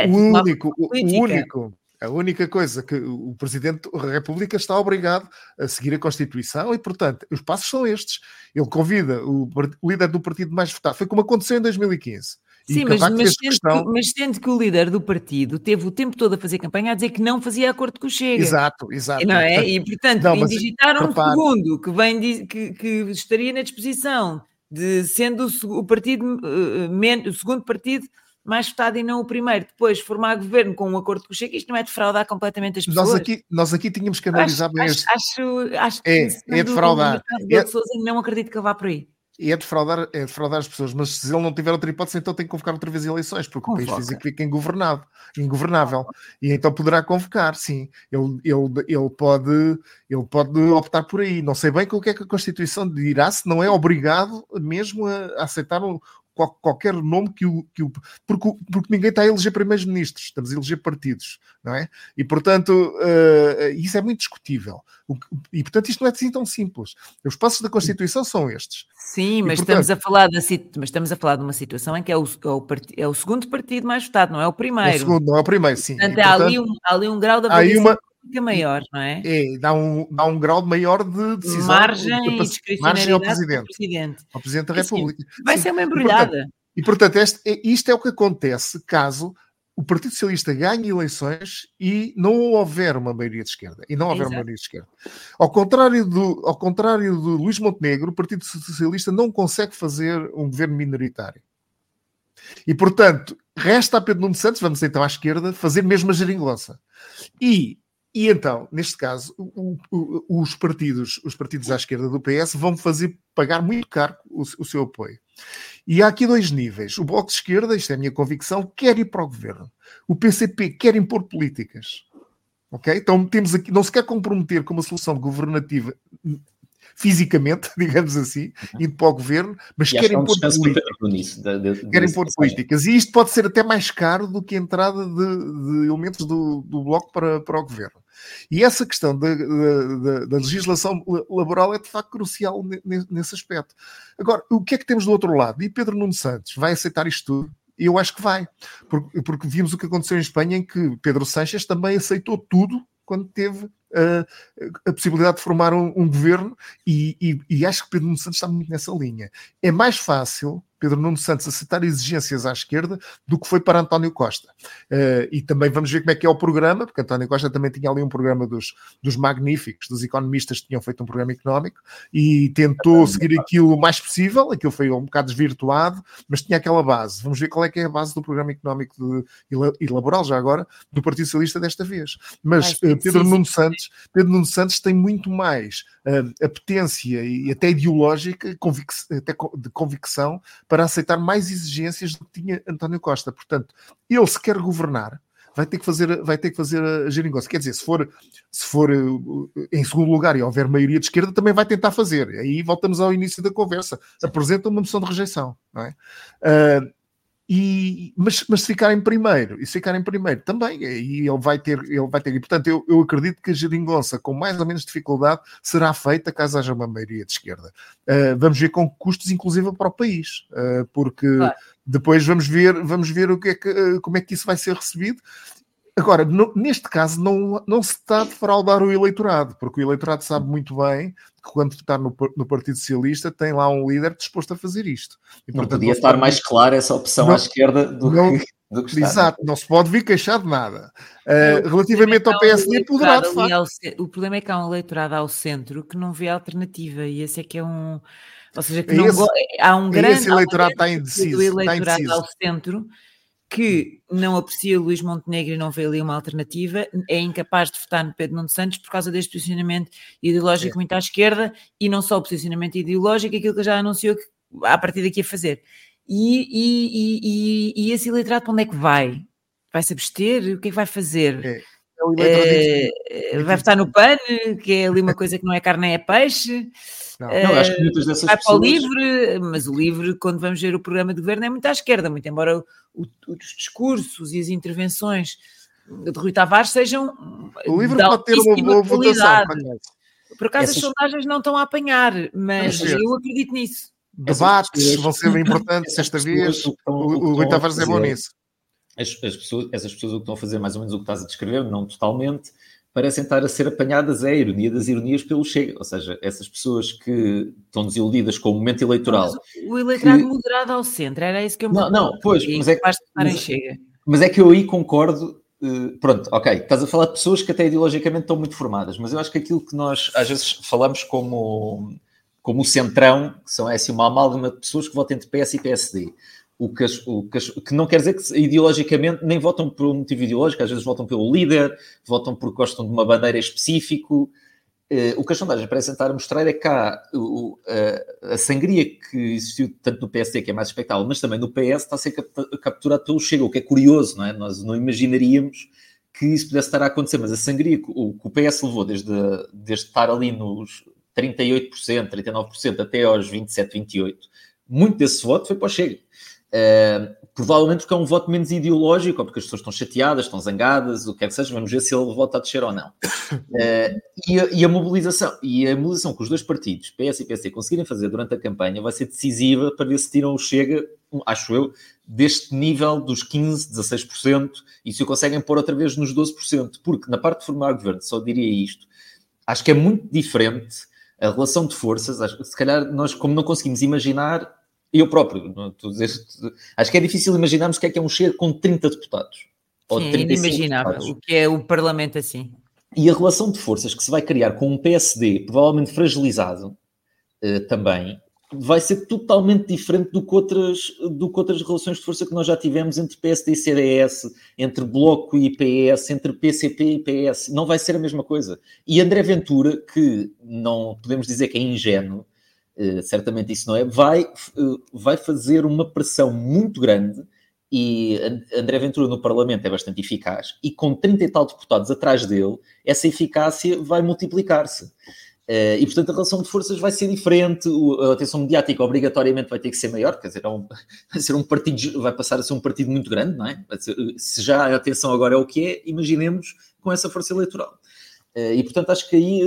a única coisa que o Presidente da República está obrigado a seguir a Constituição, e, portanto, os passos são estes. Ele convida o líder do partido mais votado. Foi como aconteceu em 2015. Sim, mas sendo que o líder do partido teve o tempo todo a fazer campanha a dizer que não fazia acordo com o Chega. Exato. Não é? E, portanto, indigitaram um segundo que estaria na disposição de, sendo o segundo partido mais votado e não o primeiro, depois formar governo com um acordo com o Chega. Isto não é defraudar completamente as pessoas? Nós aqui tínhamos que analisar bem acho que é defraudar. Não acredito que ele vá por aí. É defraudar as pessoas, mas se ele não tiver outra hipótese, então tem que convocar outra vez eleições, porque o país físico fica ingovernável. E então poderá convocar, sim. Ele pode optar por aí. Não sei bem o que é que a Constituição dirá, se não é obrigado mesmo a aceitar qualquer nome porque ninguém está a eleger primeiros-ministros, estamos a eleger partidos, não é? E, portanto, isso é muito discutível. E, portanto, isto não é assim tão simples. Os passos da Constituição são estes. Sim, mas estamos a falar de uma situação em que é o segundo partido mais votado, não é o primeiro. É o segundo, não é o primeiro, sim. Portanto, há ali um grau de avaliação maior, não é? Dá um grau maior de decisão. Margem e discricionariedade ao Presidente da República. Vai ser uma embrulhada. E, portanto, isto é o que acontece caso o Partido Socialista ganhe eleições e não houver uma maioria de esquerda. Ao contrário do Luís Montenegro, o Partido Socialista não consegue fazer um governo minoritário. E, portanto, resta a Pedro Nuno Santos, vamos então à esquerda, fazer mesmo a geringonça. E então, neste caso, os partidos à esquerda do PS vão fazer pagar muito caro o seu apoio. E há aqui dois níveis. O Bloco de Esquerda, isto é a minha convicção, quer ir para o governo. O PCP quer impor políticas. Ok? Então temos aqui, não se quer comprometer com uma solução governativa fisicamente, digamos assim, indo para o governo, mas querem impor políticas. E isto pode ser até mais caro do que a entrada de elementos do Bloco para o governo. E essa questão da legislação laboral é de facto crucial nesse aspecto. Agora, o que é que temos do outro lado? E Pedro Nuno Santos vai aceitar isto tudo? Eu acho que vai. Porque vimos o que aconteceu em Espanha, em que Pedro Sánchez também aceitou tudo quando teve a possibilidade de formar um governo, e acho que Pedro Nuno Santos está muito nessa linha. É mais fácil Pedro Nuno Santos aceitar exigências à esquerda do que foi para António Costa. E também vamos ver como é que é o programa, porque António Costa também tinha ali um programa dos magníficos, dos economistas que tinham feito um programa económico, e tentou seguir aquilo o mais possível. Aquilo foi um bocado desvirtuado, mas tinha aquela base. Vamos ver qual é que é a base do programa económico e laboral, já agora, do Partido Socialista desta vez. Mas Pedro Nuno Santos tem muito mais apetência e até ideológica, até de convicção, para aceitar mais exigências do que tinha António Costa. Portanto, ele, se quer governar, vai ter que fazer a geringonça. Quer dizer, se for em segundo lugar e houver maioria de esquerda, também vai tentar fazer. Aí voltamos ao início da conversa. Apresenta uma moção de rejeição, não é? Mas se ficar em primeiro, também, e ele vai ter, e portanto eu acredito que a geringonça, com mais ou menos dificuldade, será feita caso haja uma maioria de esquerda. Vamos ver com custos, inclusive, para o país, porque depois vamos ver como é que isso vai ser recebido. Agora, neste caso, não se está a defraudar o eleitorado, porque o eleitorado sabe muito bem que quando está no Partido Socialista tem lá um líder disposto a fazer isto. E, não podia estar mais clara essa opção à esquerda do que está. Exato, não se pode vir queixar de nada. Relativamente ao PSD, poderá, de facto. O problema é que há um eleitorado ao centro que não vê alternativa, e esse é que é um... Ou seja, que há um grande... Esse eleitorado está indeciso. Eleitorado ao centro que não aprecia Luís Montenegro e não vê ali uma alternativa, é incapaz de votar no Pedro Nuno Santos por causa deste posicionamento ideológico muito à esquerda, e não só o posicionamento ideológico, aquilo que já anunciou que a partir daqui a fazer. E esse eleitorado para onde é que vai? Vai-se abster? O que é que vai fazer? Vai votar no PAN, que é ali uma coisa que não é carne nem é peixe. Não, acho que muitas dessas vai pessoas... para o LIVRE, mas o LIVRE, quando vamos ver o programa de governo, é muito à esquerda, muito embora os discursos e as intervenções de Rui Tavares sejam... O LIVRE pode ter uma boa votação. Por acaso as sondagens não estão a apanhar, mas eu acredito nisso. Debates vão ser importantes esta vez. O Rui Tavares é bom nisso. Essas pessoas o que estão a fazer mais ou menos o que estás a descrever, não totalmente, parecem estar a ser apanhadas, é a ironia das ironias, pelo Chega. Ou seja, essas pessoas que estão desiludidas com o momento eleitoral... Mas o eleitorado moderado ao centro, era isso que eu me... Não, pois, mas é que eu aí concordo. Pronto, ok, estás a falar de pessoas que até ideologicamente estão muito formadas, mas eu acho que aquilo que nós às vezes falamos como o centrão, que são assim, uma amálgama de pessoas que votam entre PS e PSD. Que não quer dizer que ideologicamente nem votam por um motivo ideológico, às vezes votam pelo líder, votam porque gostam de uma bandeira específico. O que as sondagens parecem estar a mostrar é que há a sangria que existiu tanto no PSD, que é mais expectável, mas também no PS, está a ser capturado pelo Chega, o que é curioso, não é? Nós não imaginaríamos que isso pudesse estar a acontecer, mas a sangria que o PS levou desde estar ali nos 38%, 39% até aos 27%, 28%, muito desse voto foi para o Chega. Provavelmente porque é um voto menos ideológico, ou porque as pessoas estão chateadas, estão zangadas, o que quer que seja, vamos ver se ele vota a descer ou não. E a mobilização que os dois partidos, PS e PSD, conseguirem fazer durante a campanha vai ser decisiva para ver se tiram o Chega, acho eu, deste nível dos 15%, 16%, e se o conseguem pôr outra vez nos 12%, porque na parte de formar governo, só diria isto, acho que é muito diferente a relação de forças, se calhar nós, como não conseguimos imaginar, eu próprio, acho que é difícil imaginarmos o que é um Chega com 30 deputados. Ou sim, é inimaginável o que é o Parlamento assim. E a relação de forças que se vai criar com um PSD provavelmente fragilizado também, vai ser totalmente diferente do que outras relações de força que nós já tivemos entre PSD e CDS, entre Bloco e PS, entre PCP e PS. Não vai ser a mesma coisa. E André Ventura, que não podemos dizer que é ingênuo, certamente isso não é, vai fazer uma pressão muito grande, e André Ventura no Parlamento é bastante eficaz, e com 30 e tal deputados atrás dele, essa eficácia vai multiplicar-se. E, portanto, a relação de forças vai ser diferente, a atenção mediática obrigatoriamente vai ter que ser maior, quer dizer, vai passar a ser um partido muito grande, não é? Se já a atenção agora é o que é, imaginemos com essa força eleitoral. E, portanto, acho que aí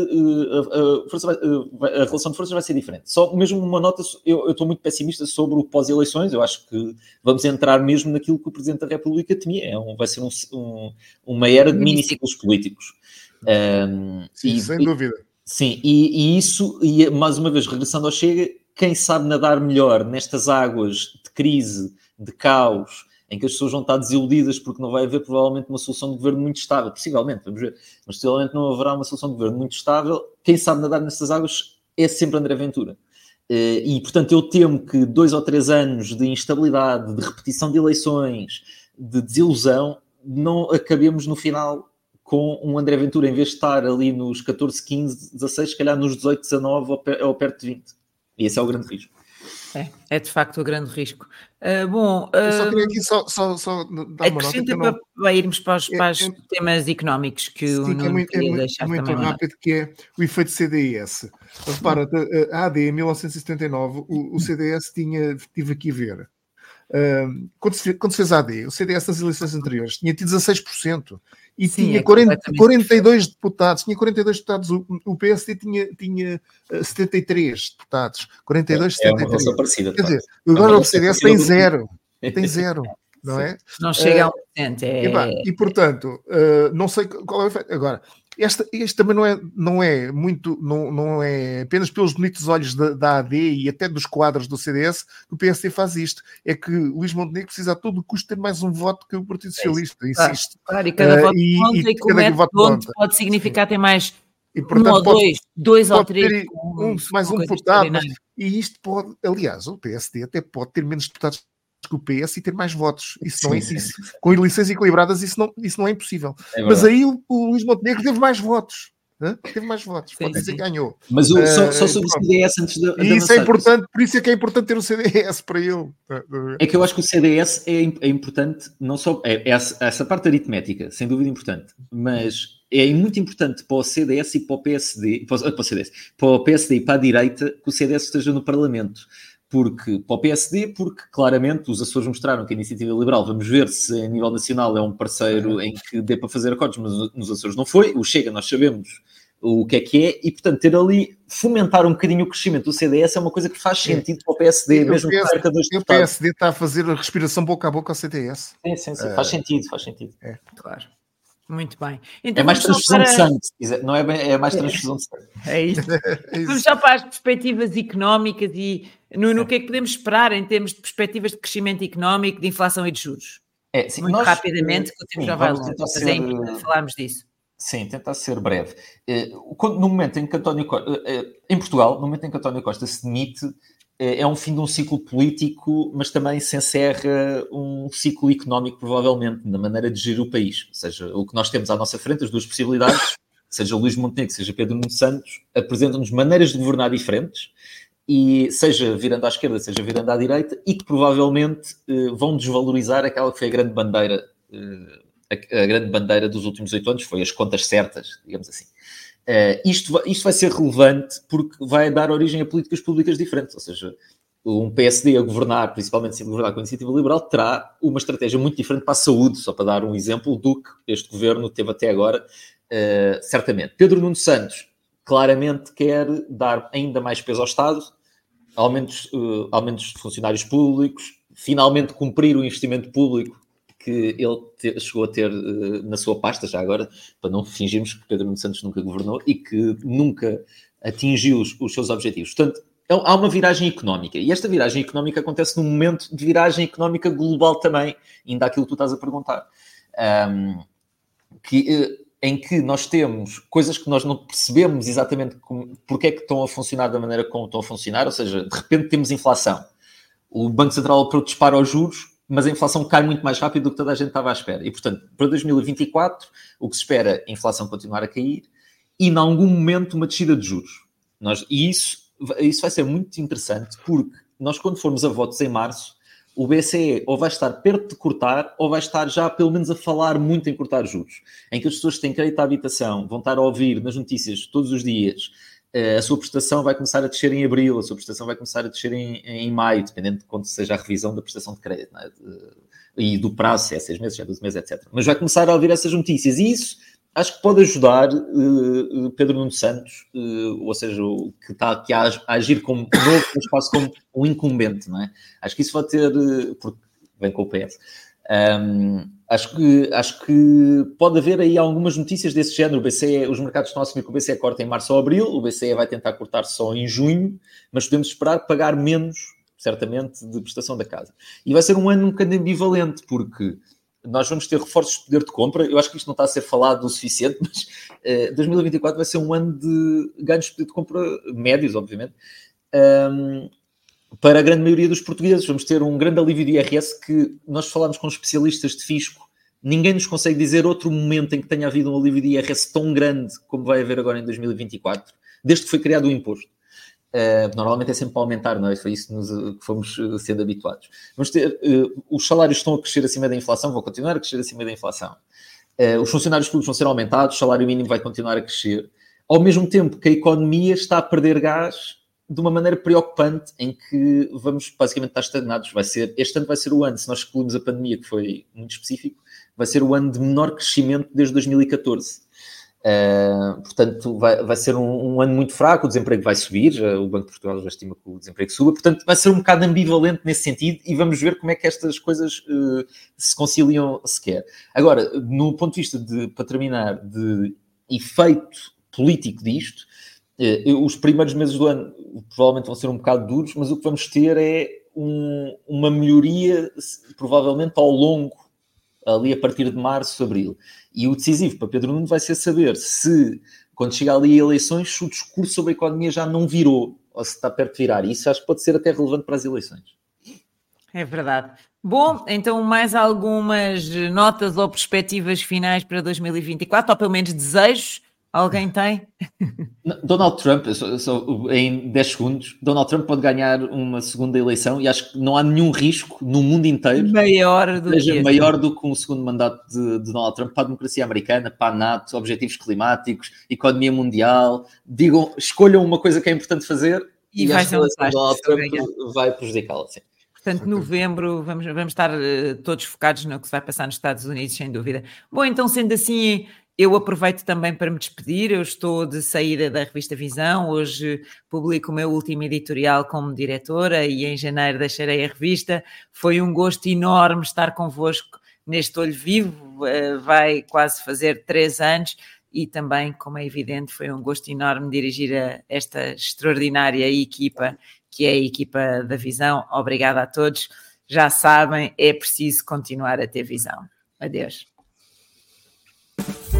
a relação de forças vai ser diferente. Só mesmo uma nota, eu estou muito pessimista sobre o pós-eleições, eu acho que vamos entrar mesmo naquilo que o Presidente da República temia, vai ser uma era de miniciclos políticos. Sim, sem dúvida. Sim, e isso, e mais uma vez, regressando ao Chega, quem sabe nadar melhor nestas águas de crise, de caos, em que as pessoas vão estar desiludidas porque não vai haver provavelmente uma solução de governo muito estável, possivelmente, vamos ver, mas possivelmente não haverá uma solução de governo muito estável, quem sabe nadar nestas águas é sempre André Ventura. E, portanto, eu temo que 2 ou 3 anos de instabilidade, de repetição de eleições, de desilusão, não acabemos no final com um André Ventura, em vez de estar ali nos 14, 15, 16, se calhar nos 18, 19 ou perto de 20. E esse é o grande risco. É de facto o grande risco. Eu só queria aqui só dar uma nota. Para irmos para os temas económicos que o Nuno queria deixar também. Muito rápido, que é o efeito CDS. Repara, a AD, em 1979, o CDS tive aqui a ver. Quando se fez a AD, o CDS nas eleições anteriores tinha tido 16%. E sim, tinha 42 deputados. Tinha 42 deputados. O PSD tinha 73 deputados. 42, 73. É uma relação parecida. Quer dizer, agora o CDS tem zero. Tem zero. Não é? Não chega a 1%. E portanto, não sei qual é o efeito. Agora, este também não é apenas pelos bonitos olhos da AD e até dos quadros do CDS que o PSD faz isto. É que Luís Montenegro precisa a todo custo ter mais um voto que o Partido Socialista. Insiste. Claro, e cada voto conta, e como pode significar ter mais portanto, dois ou três. Mais um deputado. E isto pode, aliás, o PSD até pode ter menos deputados que o PS e ter mais votos. Isso não é isso. Com eleições equilibradas isso não é impossível. Mas aí o Luís Montenegro teve mais votos. Teve mais votos. Pode dizer que ganhou. Mas só sobre o CDS antes de e isso é importante, por isso é que é importante ter o CDS para ele. É que eu acho que o CDS é importante, não só essa parte aritmética, sem dúvida importante, mas é muito importante para o CDS e para o PSD, para o PSD e para a direita, que o CDS esteja no Parlamento. Para o PSD, porque claramente os Açores mostraram que a Iniciativa Liberal, vamos ver se a nível nacional é um parceiro em que dê para fazer acordos, mas nos Açores não foi. O Chega, nós sabemos o que é, e portanto ter ali, fomentar um bocadinho o crescimento do CDS é uma coisa que faz sentido para o PSD, mesmo que perca 2 deputados. O PSD está a fazer a respiração boca a boca ao CDS. Sim, faz sentido. Claro. Muito bem. Então, é mais transfusão de sangue, se quiser. Não é bem, é mais transfusão de sangue. É isso. Vamos já para as perspectivas económicas e no que é que podemos esperar em termos de perspectivas de crescimento económico, de inflação e de juros. Sim, muito rapidamente, que o tempo já vai longe, mas é importante falarmos disso. Sim, tentar ser breve. No momento em que António Costa, em Portugal, no momento em que António Costa se demite, é um fim de um ciclo político, mas também se encerra um ciclo económico, provavelmente, na maneira de gerir o país. Ou seja, o que nós temos à nossa frente, as duas possibilidades, seja Luís Montenegro, seja Pedro Nuno Santos, apresentam-nos maneiras de governar diferentes, e seja virando à esquerda, seja virando à direita, e que provavelmente vão desvalorizar aquela que foi a grande bandeira, a grande bandeira dos últimos 8 anos, foi as contas certas, digamos assim. Isto vai ser relevante porque vai dar origem a políticas públicas diferentes, ou seja, um PSD a governar, principalmente se governar com a Iniciativa Liberal, terá uma estratégia muito diferente para a saúde, só para dar um exemplo do que este governo teve até agora, certamente. Pedro Nuno Santos claramente quer dar ainda mais peso ao Estado, aumentos de funcionários públicos, finalmente cumprir o investimento público que ele chegou a ter na sua pasta, já agora, para não fingirmos que Pedro Nuno Santos nunca governou e que nunca atingiu os seus objetivos. Portanto, há uma viragem económica, e esta viragem económica acontece num momento de viragem económica global também, ainda aquilo que tu estás a perguntar, em que nós temos coisas que nós não percebemos exatamente porque é que estão a funcionar da maneira como estão a funcionar, ou seja, de repente temos inflação. O Banco Central dispara os juros, mas a inflação cai muito mais rápido do que toda a gente estava à espera. E, portanto, para 2024, o que se espera é a inflação continuar a cair e, em algum momento, uma descida de juros. E isso vai ser muito interessante, porque nós, quando formos a votos em março, o BCE ou vai estar perto de cortar, ou vai estar já, pelo menos, a falar muito em cortar juros. Em que as pessoas que têm crédito à habitação vão estar a ouvir nas notícias todos os dias: a sua prestação vai começar a descer em abril, a sua prestação vai começar a descer em maio, dependendo de quando seja a revisão da prestação de crédito, não é? E do prazo, se é 6 meses, se é 12 meses, etc. Mas vai começar a ouvir essas notícias, e isso acho que pode ajudar Pedro Nuno Santos, ou seja, que está aqui a agir como novo, mas quase como um incumbente, não é? Acho que isso vai ter, porque vem com o PS. Acho que pode haver aí algumas notícias desse género. O BCE, os mercados estão a assumir que o BCE corta em março ou abril, o BCE vai tentar cortar só em junho, mas podemos esperar pagar menos, certamente, de prestação da casa. E vai ser um ano um bocadinho ambivalente, porque nós vamos ter reforços de poder de compra. Eu acho que isto não está a ser falado o suficiente, mas 2024 vai ser um ano de ganhos de poder de compra médios, obviamente, para a grande maioria dos portugueses. Vamos ter um grande alívio de IRS que nós falamos com especialistas de fisco. Ninguém nos consegue dizer outro momento em que tenha havido um alívio de IRS tão grande como vai haver agora em 2024, desde que foi criado o imposto. Normalmente é sempre para aumentar, não é? Foi isso que fomos sendo habituados. Vamos ter, os salários estão a crescer acima da inflação, vão continuar a crescer acima da inflação. Os funcionários públicos vão ser aumentados, o salário mínimo vai continuar a crescer. Ao mesmo tempo que a economia está a perder gás de uma maneira preocupante, em que vamos basicamente estar estagnados. Este ano vai ser o ano, se nós excluímos a pandemia, que foi muito específico, vai ser o ano de menor crescimento desde 2014. Portanto, vai ser um ano muito fraco, o desemprego vai subir, o Banco de Portugal já estima que o desemprego suba, portanto vai ser um bocado ambivalente nesse sentido, e vamos ver como é que estas coisas se conciliam sequer. Agora, no ponto de vista para terminar, de efeito político disto, os primeiros meses do ano provavelmente vão ser um bocado duros, mas o que vamos ter é uma melhoria, provavelmente ao longo, ali a partir de março, abril. E o decisivo para Pedro Nuno vai ser saber se, quando chegar ali a eleições, se o discurso sobre a economia já não virou, ou se está perto de virar. E isso acho que pode ser até relevante para as eleições. É verdade. Bom, então mais algumas notas ou perspectivas finais para 2024, ou pelo menos desejos? Alguém tem? Donald Trump, em 10 segundos, Donald Trump pode ganhar uma segunda eleição, e acho que não há nenhum risco no mundo inteiro maior do que um segundo mandato de Donald Trump para a democracia americana, para a NATO, objetivos climáticos, economia mundial. Escolham uma coisa que é importante fazer e vai ser Donald Trump vai prejudicá-la. Sim. Portanto, novembro vamos estar todos focados no que se vai passar nos Estados Unidos, sem dúvida. Bom, então sendo assim, eu aproveito também para me despedir. Eu estou de saída da revista Visão. Hoje publico o meu último editorial como diretora e em janeiro deixarei a revista. Foi um gosto enorme estar convosco neste Olho Vivo, vai quase fazer 3 anos, e também, como é evidente, foi um gosto enorme dirigir a esta extraordinária equipa, que é a equipa da Visão. Obrigada a todos. Já sabem, é preciso continuar a ter visão. Adeus.